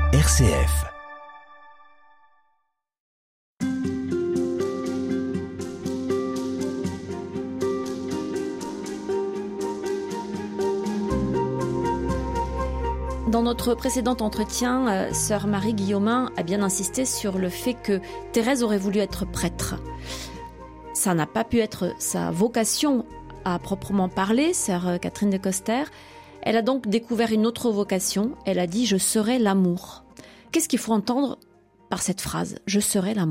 RCF. Dans notre précédent entretien, sœur Marie Guillaumin a bien insisté sur le fait que Thérèse aurait voulu être prêtre. Ça n'a pas pu être sa vocation à proprement parler, sœur Catherine de Coster. Elle a donc découvert une autre vocation. Elle a dit « Je serai l'amour ». Qu'est-ce qu'il faut entendre par cette phrase « Je serai l'amour » ?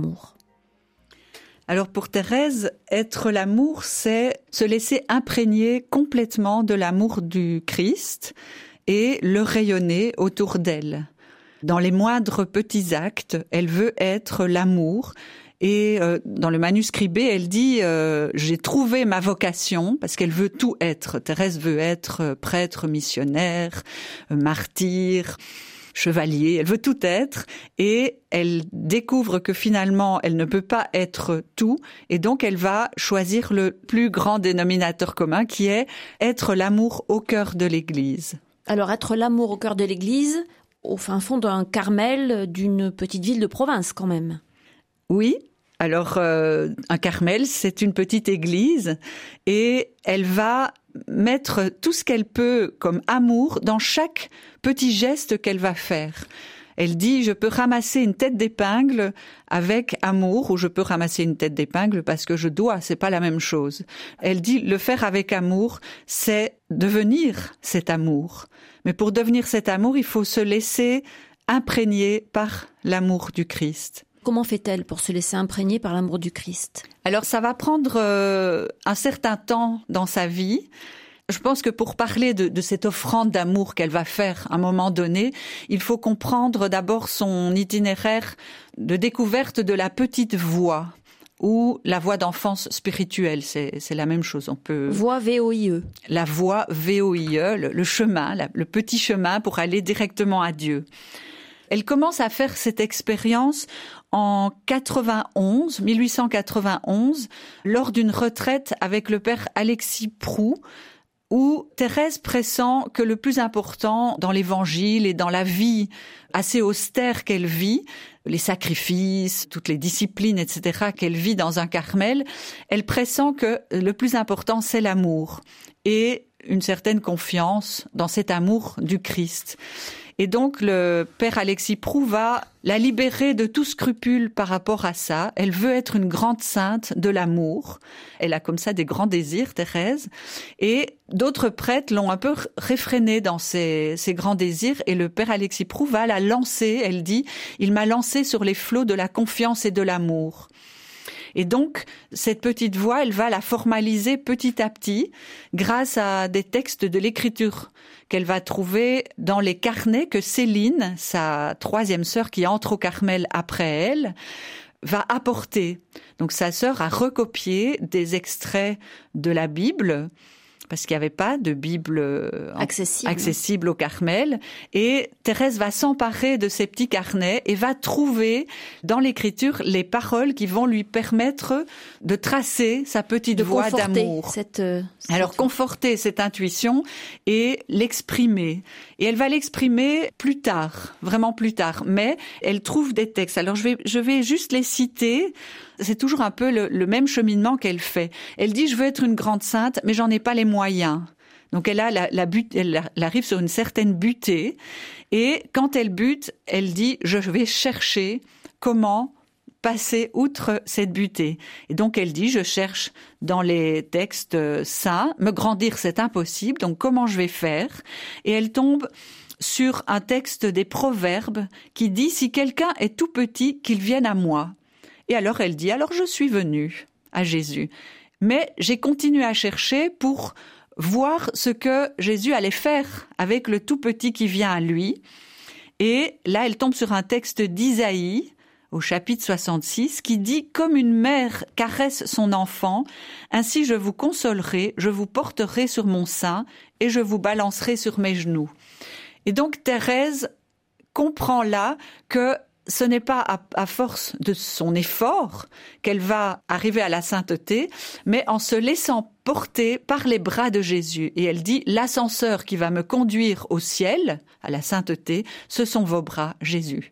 Alors pour Thérèse, être l'amour, c'est se laisser imprégner complètement de l'amour du Christ et le rayonner autour d'elle. Dans les moindres petits actes, elle veut être l'amour. Et dans le manuscrit B, elle dit j'ai trouvé ma vocation, parce qu'elle veut tout être. Thérèse veut être prêtre, missionnaire, martyr, chevalier, elle veut tout être. Et elle découvre que finalement, elle ne peut pas être tout. Et donc, elle va choisir le plus grand dénominateur commun, qui est être l'amour au cœur de l'Église. Alors, être l'amour au cœur de l'Église, au fin fond d'un Carmel d'une petite ville de province quand même. Oui, alors un Carmel, c'est une petite église et elle va mettre tout ce qu'elle peut comme amour dans chaque petit geste qu'elle va faire. Elle dit, je peux ramasser une tête d'épingle avec amour, ou je peux ramasser une tête d'épingle parce que je dois, c'est pas la même chose. Elle dit, le faire avec amour, c'est devenir cet amour. Mais pour devenir cet amour, il faut se laisser imprégner par l'amour du Christ. Comment fait-elle pour se laisser imprégner par l'amour du Christ ? Alors ça va prendre un certain temps dans sa vie. Je pense que pour parler de cette offrande d'amour qu'elle va faire à un moment donné, il faut comprendre d'abord son itinéraire de découverte de la petite voie ou la voie d'enfance spirituelle. C'est la même chose. On peut voie VOIE. La voie VOIE, le chemin, le petit chemin pour aller directement à Dieu. Elle commence à faire cette expérience en 1891, lors d'une retraite avec le père Alexis Proux, où Thérèse pressent que le plus important dans l'évangile et dans la vie assez austère qu'elle vit, les sacrifices, toutes les disciplines, etc., qu'elle vit dans un Carmel, elle pressent que le plus important, c'est l'amour et une certaine confiance dans cet amour du Christ. Et donc, le père Alexis Proux va la libérer de tout scrupule par rapport à ça. Elle veut être une grande sainte de l'amour. Elle a comme ça des grands désirs, Thérèse. Et d'autres prêtres l'ont un peu réfrénée dans ses grands désirs. Et le père Alexis Proux va la lancer. Elle dit, il m'a lancée sur les flots de la confiance et de l'amour. Et donc, cette petite voix, elle va la formaliser petit à petit grâce à des textes de l'Écriture qu'elle va trouver dans les carnets que Céline, sa troisième sœur qui entre au Carmel après elle, va apporter. Donc sa sœur a recopié des extraits de la Bible, parce qu'il n'y avait pas de Bible accessible au Carmel. Et Thérèse va s'emparer de ces petits carnets et va trouver dans l'Écriture les paroles qui vont lui permettre de tracer sa petite voie d'amour. Alors conforter cette intuition et l'exprimer. Et elle va l'exprimer plus tard, vraiment plus tard. Mais elle trouve des textes. Alors je vais juste les citer. C'est toujours un peu le même cheminement qu'elle fait. Elle dit, je veux être une grande sainte, mais j'en ai pas les moyens. Donc elle arrive sur une certaine butée. Et quand elle bute, elle dit, je vais chercher comment passer outre cette butée. Et donc elle dit, je cherche dans les textes saints, me grandir c'est impossible, donc comment je vais faire ? Et elle tombe sur un texte des Proverbes qui dit, si quelqu'un est tout petit, qu'il vienne à moi. Et alors elle dit, alors je suis venue à Jésus. Mais j'ai continué à chercher pour voir ce que Jésus allait faire avec le tout petit qui vient à lui. Et là, elle tombe sur un texte d'Isaïe, au chapitre 66, qui dit « Comme une mère caresse son enfant, ainsi je vous consolerai, je vous porterai sur mon sein et je vous balancerai sur mes genoux. » Et donc Thérèse comprend là que ce n'est pas à force de son effort qu'elle va arriver à la sainteté, mais en se laissant porter par les bras de Jésus. Et elle dit, l'ascenseur qui va me conduire au ciel, à la sainteté, ce sont vos bras, Jésus.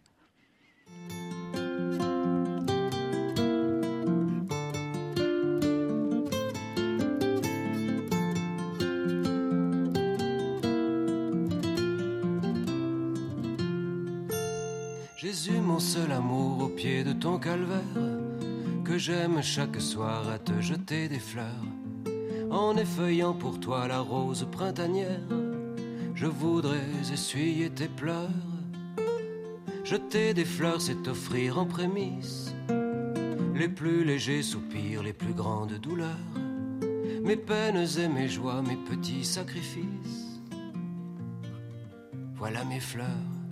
Jésus, mon seul amour, au pied de ton calvaire, que j'aime chaque soir à te jeter des fleurs. En effeuillant pour toi la rose printanière, je voudrais essuyer tes pleurs. Jeter des fleurs, c'est offrir en prémisse les plus légers soupirs, les plus grandes douleurs, mes peines et mes joies, mes petits sacrifices. Voilà mes fleurs.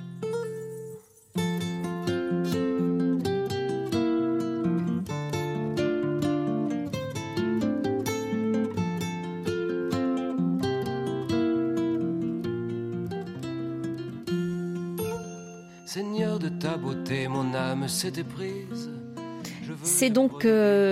Seigneur de ta beauté, mon âme s'est éprise. C'est donc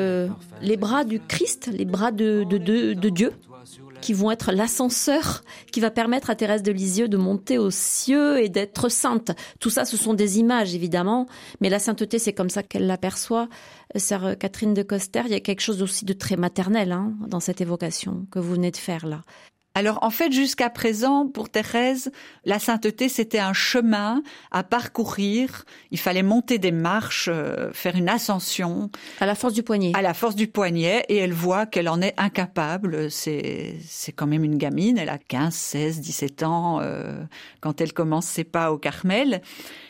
les bras du Christ, les bras de Dieu, qui vont être l'ascenseur qui va permettre à Thérèse de Lisieux de monter aux cieux et d'être sainte. Tout ça, ce sont des images, évidemment, mais la sainteté, c'est comme ça qu'elle l'aperçoit. Sœur Catherine de Coster, il y a quelque chose aussi de très maternel dans cette évocation que vous venez de faire là. Alors en fait, jusqu'à présent, pour Thérèse, la sainteté, c'était un chemin à parcourir. Il fallait monter des marches, faire une ascension. À la force du poignet. À la force du poignet, et elle voit qu'elle en est incapable. C'est quand même une gamine, elle a 15, 16, 17 ans quand elle commence ses pas au Carmel.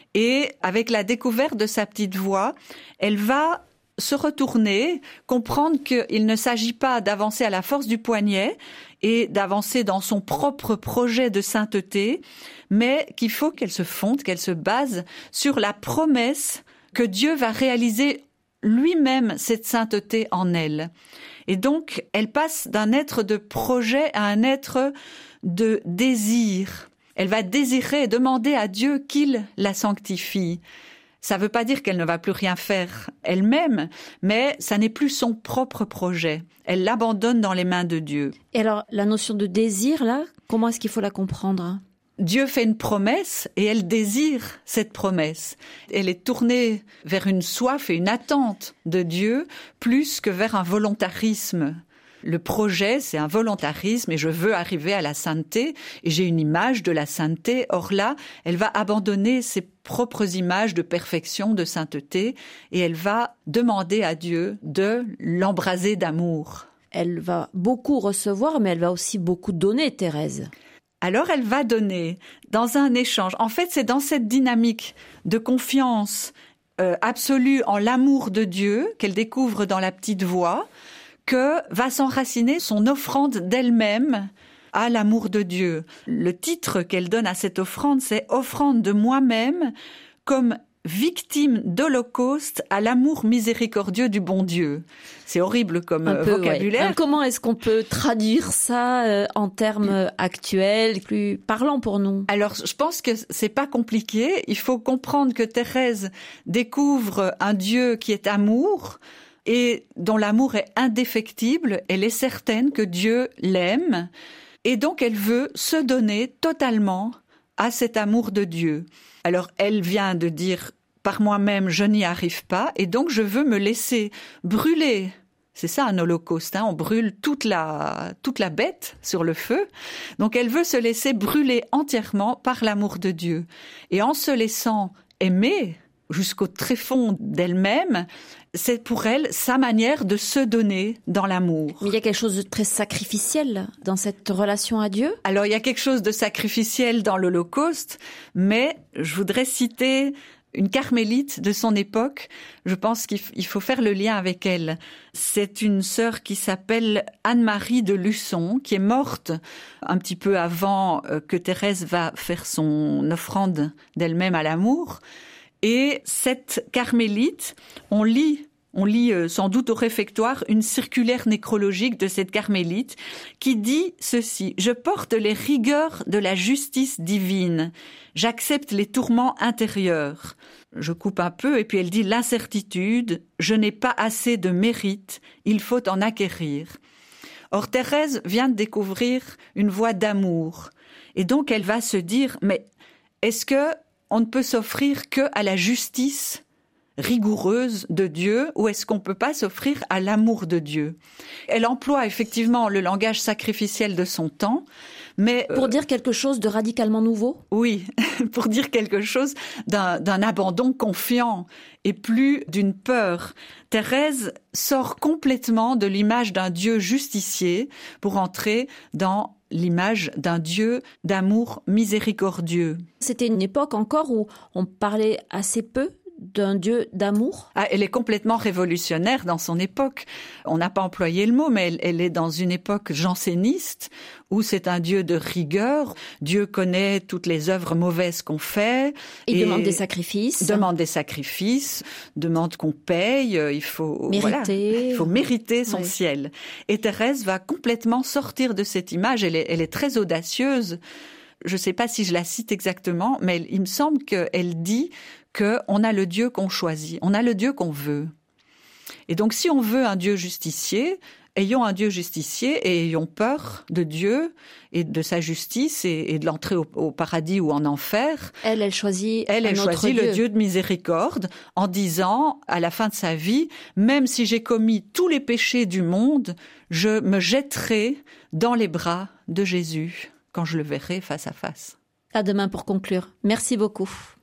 Et avec la découverte de sa petite voix, elle va se retourner, comprendre qu'il ne s'agit pas d'avancer à la force du poignet et d'avancer dans son propre projet de sainteté, mais qu'il faut qu'elle se fonde, qu'elle se base sur la promesse que Dieu va réaliser lui-même cette sainteté en elle. Et donc, elle passe d'un être de projet à un être de désir. Elle va désirer et demander à Dieu qu'il la sanctifie. Ça ne veut pas dire qu'elle ne va plus rien faire elle-même, mais ça n'est plus son propre projet. Elle l'abandonne dans les mains de Dieu. Et alors, la notion de désir, là, comment est-ce qu'il faut la comprendre ? Dieu fait une promesse et elle désire cette promesse. Elle est tournée vers une soif et une attente de Dieu plus que vers un volontarisme. Le projet, c'est un volontarisme et je veux arriver à la sainteté et j'ai une image de la sainteté. Or là, elle va abandonner ses propres images de perfection, de sainteté et elle va demander à Dieu de l'embraser d'amour. Elle va beaucoup recevoir, mais elle va aussi beaucoup donner, Thérèse. Alors elle va donner dans un échange. En fait, c'est dans cette dynamique de confiance absolue en l'amour de Dieu qu'elle découvre dans la petite voix, que va s'enraciner son offrande d'elle-même à l'amour de Dieu. Le titre qu'elle donne à cette offrande, c'est « Offrande de moi-même comme victime d'holocauste à l'amour miséricordieux du bon Dieu ». C'est horrible comme vocabulaire. Ouais. Comment est-ce qu'on peut traduire ça en termes actuels, plus parlants pour nous ? Alors, je pense que c'est pas compliqué. Il faut comprendre que Thérèse découvre un Dieu qui est amour, et dont l'amour est indéfectible. Elle est certaine que Dieu l'aime et donc elle veut se donner totalement à cet amour de Dieu. Alors elle vient de dire « par moi-même je n'y arrive pas et donc je veux me laisser brûler ». C'est ça un holocauste, on brûle toute la bête sur le feu. Donc elle veut se laisser brûler entièrement par l'amour de Dieu. Et en se laissant aimer jusqu'au tréfonds d'elle-même, c'est pour elle sa manière de se donner dans l'amour. Mais il y a quelque chose de très sacrificiel dans cette relation à Dieu ? Alors il y a quelque chose de sacrificiel dans l'Holocauste, mais je voudrais citer une carmélite de son époque. Je pense qu'il faut faire le lien avec elle. C'est une sœur qui s'appelle Anne-Marie de Luçon, qui est morte un petit peu avant que Thérèse va faire son offrande d'elle-même à l'amour. Et cette carmélite, on lit On lit sans doute au réfectoire une circulaire nécrologique de cette carmélite qui dit ceci: « Je porte les rigueurs de la justice divine. J'accepte les tourments intérieurs. » Je coupe un peu et puis elle dit « L'incertitude, je n'ai pas assez de mérite, il faut en acquérir. » Or, Thérèse vient de découvrir une voie d'amour. Et donc, elle va se dire « Mais est-ce que on ne peut s'offrir que à la justice rigoureuse de Dieu, ou est-ce qu'on peut pas s'offrir à l'amour de Dieu ?» Elle emploie effectivement le langage sacrificiel de son temps, mais pour dire quelque chose de radicalement nouveau. Oui, pour dire quelque chose d'un abandon confiant et plus d'une peur. Thérèse sort complètement de l'image d'un Dieu justicier pour entrer dans l'image d'un Dieu d'amour miséricordieux. C'était une époque encore où on parlait assez peu d'un Dieu d'amour. Ah, elle est complètement révolutionnaire dans son époque. On n'a pas employé le mot, mais elle est dans une époque janséniste où c'est un Dieu de rigueur. Dieu connaît toutes les œuvres mauvaises qu'on fait. Il demande des sacrifices. Demande qu'on paye. Il faut mériter. Il faut mériter son ciel. Et Thérèse va complètement sortir de cette image. Elle est très audacieuse. Je ne sais pas si je la cite exactement, mais il me semble qu'elle dit qu'on a le Dieu qu'on choisit, on a le Dieu qu'on veut. Et donc, si on veut un Dieu justicier, ayons un Dieu justicier et ayons peur de Dieu et de sa justice et de l'entrée au paradis ou en enfer. Elle choisit le Dieu de miséricorde en disant, à la fin de sa vie, même si j'ai commis tous les péchés du monde, je me jetterai dans les bras de Jésus quand je le verrai face à face. À demain pour conclure. Merci beaucoup.